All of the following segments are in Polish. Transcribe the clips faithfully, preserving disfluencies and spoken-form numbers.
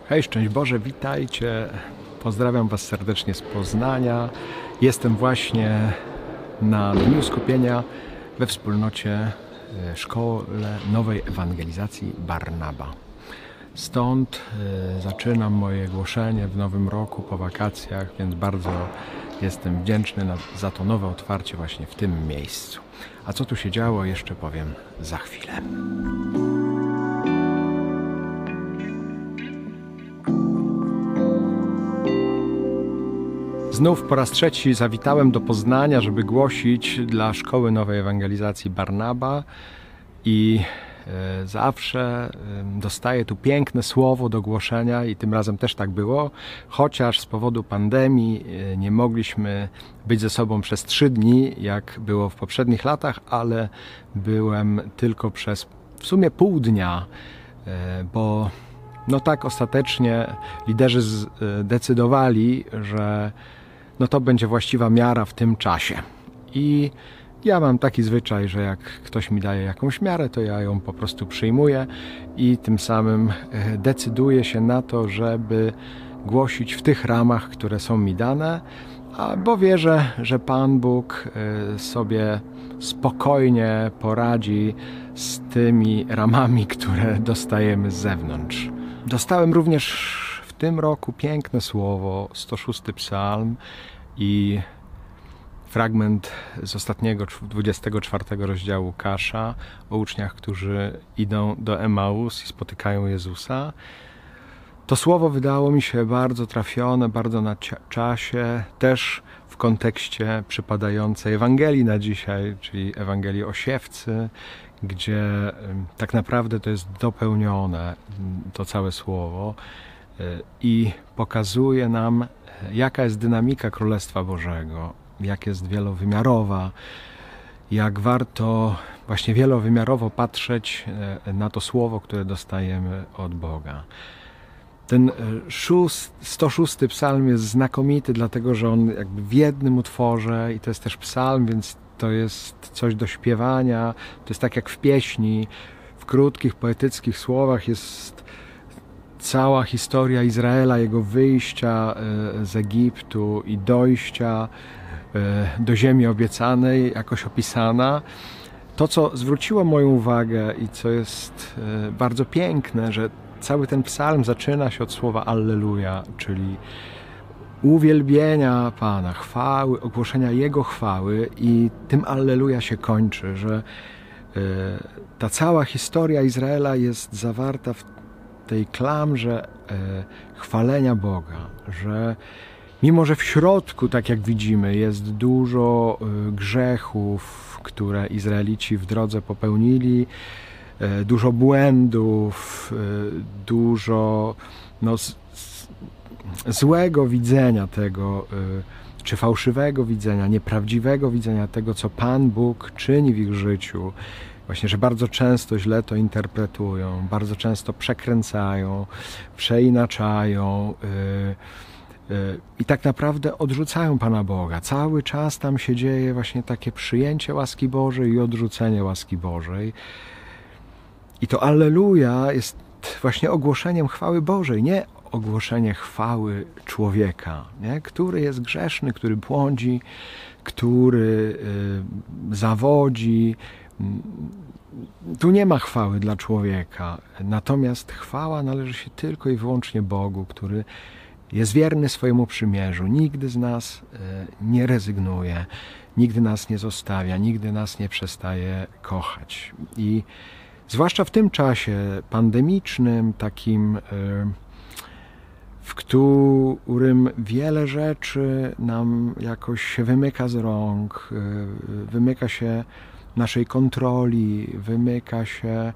Hej, szczęść Boże, witajcie. Pozdrawiam Was serdecznie z Poznania. Jestem właśnie na Dniu Skupienia we wspólnocie Szkole Nowej Ewangelizacji Barnaba. Stąd zaczynam moje głoszenie w nowym roku po wakacjach, więc bardzo jestem wdzięczny za to nowe otwarcie właśnie w tym miejscu. A co tu się działo, jeszcze powiem za chwilę. Znów po raz trzeci zawitałem do Poznania, żeby głosić dla Szkoły Nowej Ewangelizacji Barnaba i e, zawsze e, dostaję tu piękne słowo do głoszenia i tym razem też tak było, chociaż z powodu pandemii e, nie mogliśmy być ze sobą przez trzy dni, jak było w poprzednich latach, ale byłem tylko przez w sumie pół dnia, e, bo no tak ostatecznie liderzy zdecydowali, że no to będzie właściwa miara w tym czasie. I ja mam taki zwyczaj, że jak ktoś mi daje jakąś miarę, to ja ją po prostu przyjmuję i tym samym decyduję się na to, żeby głosić w tych ramach, które są mi dane, bo wierzę, że Pan Bóg sobie spokojnie poradzi z tymi ramami, które dostajemy z zewnątrz. Dostałem również w tym roku piękne słowo, sto szósty psalm i fragment z ostatniego, dwudziestego czwartego rozdziału Łukasza o uczniach, którzy idą do Emaus i spotykają Jezusa. To słowo wydało mi się bardzo trafione, bardzo na czasie, też w kontekście przypadającej Ewangelii na dzisiaj, czyli Ewangelii o siewcy, gdzie tak naprawdę to jest dopełnione, to całe słowo i pokazuje nam, jaka jest dynamika Królestwa Bożego, jak jest wielowymiarowa, jak warto właśnie wielowymiarowo patrzeć na to słowo, które dostajemy od Boga. Ten sto szósty psalm jest znakomity, dlatego że on jakby w jednym utworze i to jest też psalm, więc to jest coś do śpiewania, to jest tak jak w pieśni, w krótkich, poetyckich słowach jest cała historia Izraela, jego wyjścia z Egiptu i dojścia do ziemi obiecanej, jakoś opisana. To, co zwróciło moją uwagę i co jest bardzo piękne, że cały ten psalm zaczyna się od słowa Alleluja, czyli uwielbienia Pana, chwały, ogłoszenia Jego chwały i tym Alleluja się kończy, że ta cała historia Izraela jest zawarta w tej klamrze chwalenia Boga, że mimo, że w środku, tak jak widzimy, jest dużo grzechów, które Izraelici w drodze popełnili, dużo błędów, dużo no, złego widzenia tego, czy fałszywego widzenia, nieprawdziwego widzenia tego, co Pan Bóg czyni w ich życiu. Właśnie, że bardzo często źle to interpretują, bardzo często przekręcają, przeinaczają yy, yy, i tak naprawdę odrzucają Pana Boga. Cały czas tam się dzieje właśnie takie przyjęcie łaski Bożej i odrzucenie łaski Bożej. I to Alleluja jest właśnie ogłoszeniem chwały Bożej, nie ogłoszenie chwały człowieka, nie? Który jest grzeszny, który błądzi, który yy, zawodzi. Tu nie ma chwały dla człowieka, natomiast chwała należy się tylko i wyłącznie Bogu, który jest wierny swojemu przymierzu. Nigdy z nas nie rezygnuje, nigdy nas nie zostawia, nigdy nas nie przestaje kochać. I zwłaszcza w tym czasie pandemicznym, takim, w którym wiele rzeczy nam jakoś się wymyka z rąk, wymyka się naszej kontroli, wymyka się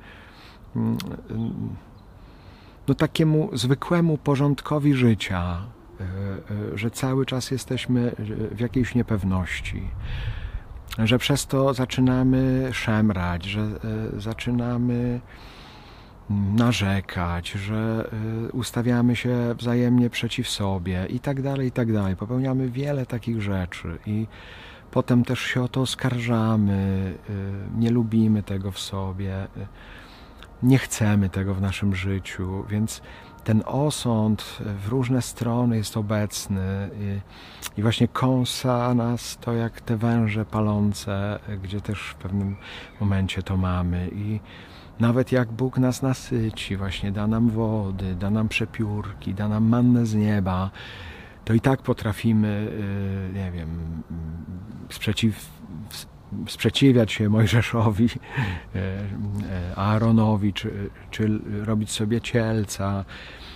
no, takiemu zwykłemu porządkowi życia, że cały czas jesteśmy w jakiejś niepewności, że przez to zaczynamy szemrać, że zaczynamy narzekać, że ustawiamy się wzajemnie przeciw sobie i tak dalej, i tak dalej. Popełniamy wiele takich rzeczy i potem też się o to oskarżamy, nie lubimy tego w sobie. nie chcemy tego w naszym życiu, więc ten osąd w różne strony jest obecny i, i właśnie kąsa nas to jak te węże palące, gdzie też w pewnym momencie to mamy. I nawet jak Bóg nas nasyci, właśnie da nam wody, da nam przepiórki, da nam mannę z nieba, to i tak potrafimy, nie wiem, sprzeciw, sprzeciwiać się Mojżeszowi, Aaronowi, czy, czy robić sobie cielca,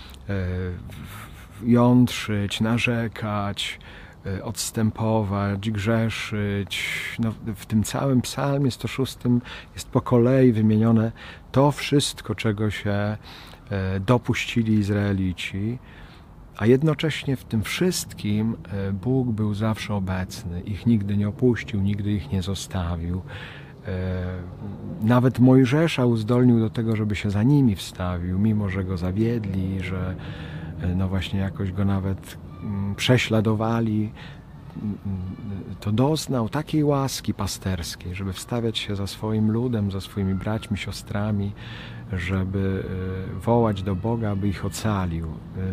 jątrzyć, narzekać, odstępować, grzeszyć. No, w tym całym psalmie sto szóstym jest po kolei wymienione to wszystko, czego się dopuścili Izraelici, a jednocześnie w tym wszystkim Bóg był zawsze obecny. Ich nigdy nie opuścił, nigdy ich nie zostawił. Nawet Mojżesza uzdolnił do tego, żeby się za nimi wstawił, mimo że go zawiedli, że no właśnie jakoś go nawet prześladowali. To doznał takiej łaski pasterskiej, żeby wstawiać się za swoim ludem, za swoimi braćmi, siostrami, żeby wołać do Boga, aby ich ocalił.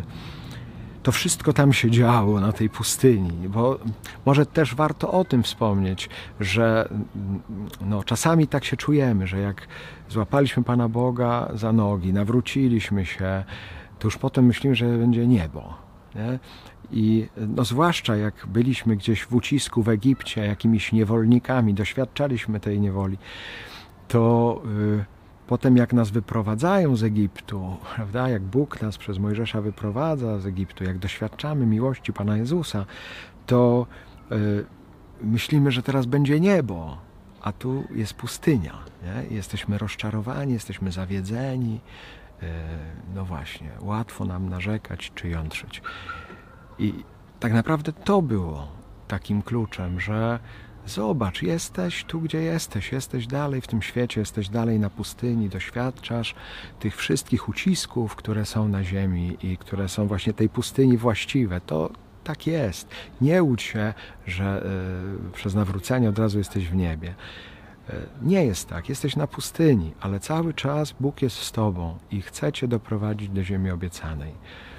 To wszystko tam się działo na tej pustyni, bo może też warto o tym wspomnieć, że no, czasami tak się czujemy, że jak złapaliśmy Pana Boga za nogi, nawróciliśmy się, to już potem myślimy, że będzie niebo. Nie? I no, zwłaszcza jak byliśmy gdzieś w ucisku w Egipcie, jakimiś niewolnikami, doświadczaliśmy tej niewoli, to yy, potem jak nas wyprowadzają z Egiptu, prawda, jak Bóg nas przez Mojżesza wyprowadza z Egiptu, jak doświadczamy miłości Pana Jezusa, to yy, myślimy, że teraz będzie niebo, a tu jest pustynia. Nie? Jesteśmy rozczarowani, jesteśmy zawiedzeni. Yy, no właśnie, łatwo nam narzekać czy jątrzyć. I tak naprawdę to było takim kluczem, że zobacz, jesteś tu, gdzie jesteś, jesteś dalej w tym świecie, jesteś dalej na pustyni, doświadczasz tych wszystkich ucisków, które są na ziemi i które są właśnie tej pustyni właściwe. To tak jest. Nie łudź się, że y, przez nawrócenie od razu jesteś w niebie. Y, nie jest tak. Jesteś na pustyni, ale cały czas Bóg jest z tobą i chce cię doprowadzić do ziemi obiecanej.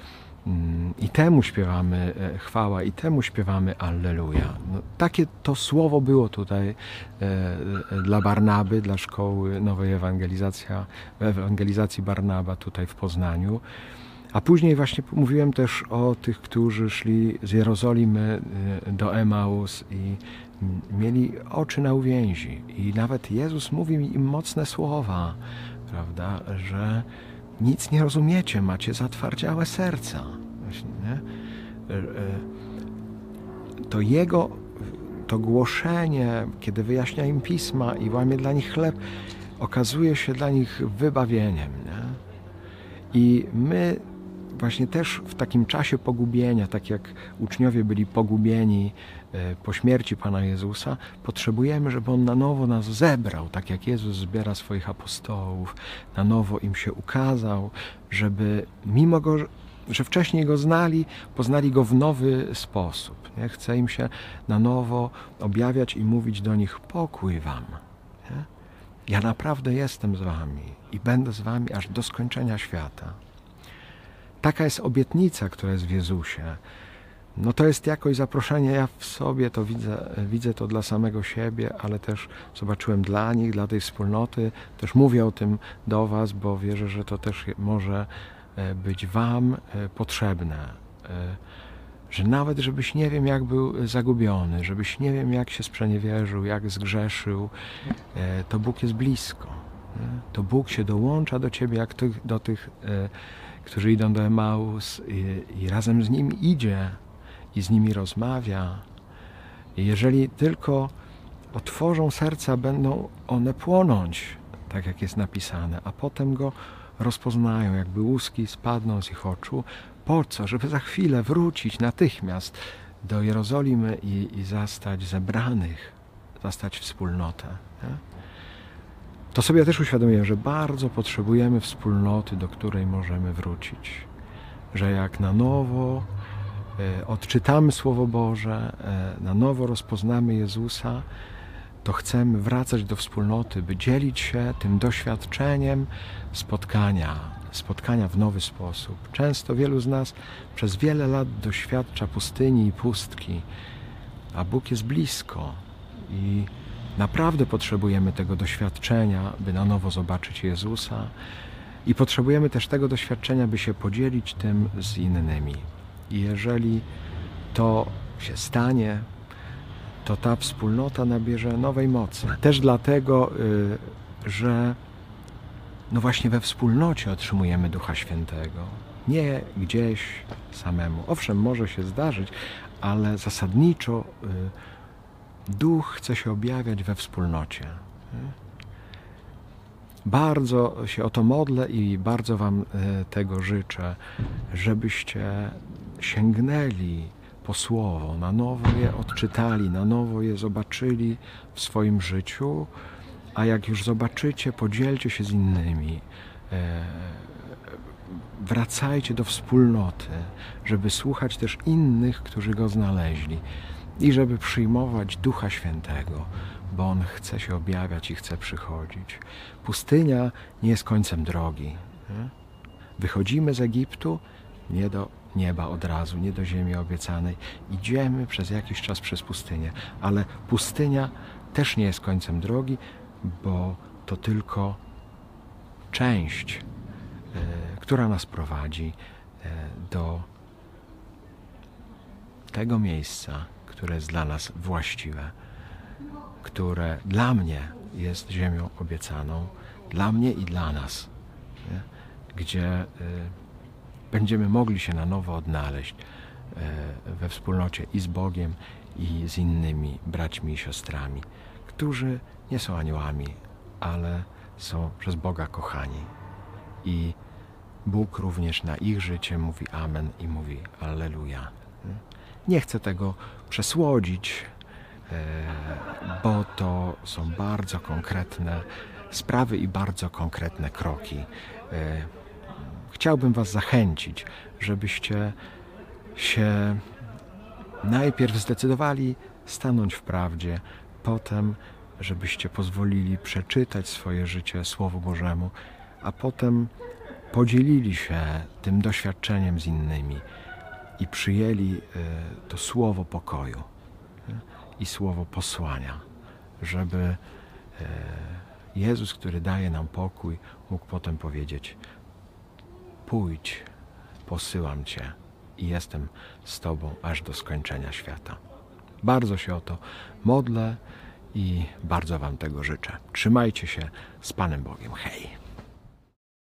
I temu śpiewamy chwała, i temu śpiewamy Alleluja. No, takie to słowo było tutaj e, dla Barnaby, dla Szkoły Nowej Ewangelizacja, Ewangelizacji Barnaba tutaj w Poznaniu. A później właśnie mówiłem też o tych, którzy szli z Jerozolimy do Emaus i mieli oczy na uwięzi. I nawet Jezus mówi im mocne słowa, prawda, że nic nie rozumiecie, macie zatwardziałe serca. Właśnie, nie? To Jego, to głoszenie, kiedy wyjaśnia im pisma i łamie dla nich chleb, okazuje się dla nich wybawieniem. Nie? I my właśnie też w takim czasie pogubienia, tak jak uczniowie byli pogubieni po śmierci Pana Jezusa, potrzebujemy, żeby On na nowo nas zebrał, tak jak Jezus zbiera swoich apostołów, na nowo im się ukazał, żeby mimo Go, że wcześniej Go znali, poznali Go w nowy sposób. Nie? Chce im się na nowo objawiać i mówić do nich: pokój wam. Nie? Ja naprawdę jestem z wami i będę z wami aż do skończenia świata. Taka jest obietnica, która jest w Jezusie. No to jest jakoś zaproszenie, ja w sobie to widzę, widzę to dla samego siebie, ale też zobaczyłem dla nich, dla tej wspólnoty. Też mówię o tym do was, bo wierzę, że to też może być wam potrzebne. Że nawet żebyś nie wiem jak był zagubiony, żebyś nie wiem jak się sprzeniewierzył, jak zgrzeszył, to Bóg jest blisko. To Bóg się dołącza do ciebie jak tych, do tych, którzy idą do Emaus i, i razem z nimi idzie i z nimi rozmawia. I jeżeli tylko otworzą serca, będą one płonąć, tak jak jest napisane, a potem Go rozpoznają, jakby łuski spadną z ich oczu. Po co? Żeby za chwilę wrócić natychmiast do Jerozolimy i, i zastać zebranych, zastać wspólnotę. Nie? To sobie też uświadomiłem, że bardzo potrzebujemy wspólnoty, do której możemy wrócić. Że jak na nowo e, odczytamy Słowo Boże, e, na nowo rozpoznamy Jezusa, to chcemy wracać do wspólnoty, by dzielić się tym doświadczeniem spotkania, spotkania w nowy sposób. Często wielu z nas przez wiele lat doświadcza pustyni i pustki, a Bóg jest blisko i naprawdę potrzebujemy tego doświadczenia, by na nowo zobaczyć Jezusa i potrzebujemy też tego doświadczenia, by się podzielić tym z innymi. I jeżeli to się stanie, to ta wspólnota nabierze nowej mocy. Też dlatego, że no właśnie we wspólnocie otrzymujemy Ducha Świętego. Nie gdzieś samemu. Owszem, może się zdarzyć, ale zasadniczo Duch chce się objawiać we wspólnocie. Bardzo się o to modlę i bardzo Wam tego życzę, żebyście sięgnęli po Słowo, na nowo je odczytali, na nowo je zobaczyli w swoim życiu, a jak już zobaczycie, podzielcie się z innymi. Wracajcie do wspólnoty, żeby słuchać też innych, którzy Go znaleźli i żeby przyjmować Ducha Świętego, bo On chce się objawiać i chce przychodzić. Pustynia nie jest końcem drogi. Wychodzimy z Egiptu nie do nieba od razu, nie do ziemi obiecanej. Idziemy przez jakiś czas przez pustynię, ale pustynia też nie jest końcem drogi, bo to tylko część, y, która nas prowadzi y, do tego miejsca, które jest dla nas właściwe, które dla mnie jest ziemią obiecaną, dla mnie i dla nas, nie? Gdzie y, będziemy mogli się na nowo odnaleźć y, we wspólnocie i z Bogiem, i z innymi braćmi i siostrami, którzy nie są aniołami, ale są przez Boga kochani. I Bóg również na ich życie mówi amen i mówi alleluja. Nie chcę tego przesłodzić, bo to są bardzo konkretne sprawy i bardzo konkretne kroki. Chciałbym Was zachęcić, żebyście się najpierw zdecydowali stanąć w prawdzie, potem żebyście pozwolili przeczytać swoje życie Słowu Bożemu, a potem podzielili się tym doświadczeniem z innymi i przyjęli to słowo pokoju i słowo posłania, żeby Jezus, który daje nam pokój, mógł potem powiedzieć: pójdź, posyłam Cię i jestem z Tobą aż do skończenia świata. Bardzo się o to modlę i bardzo Wam tego życzę. Trzymajcie się z Panem Bogiem. Hej!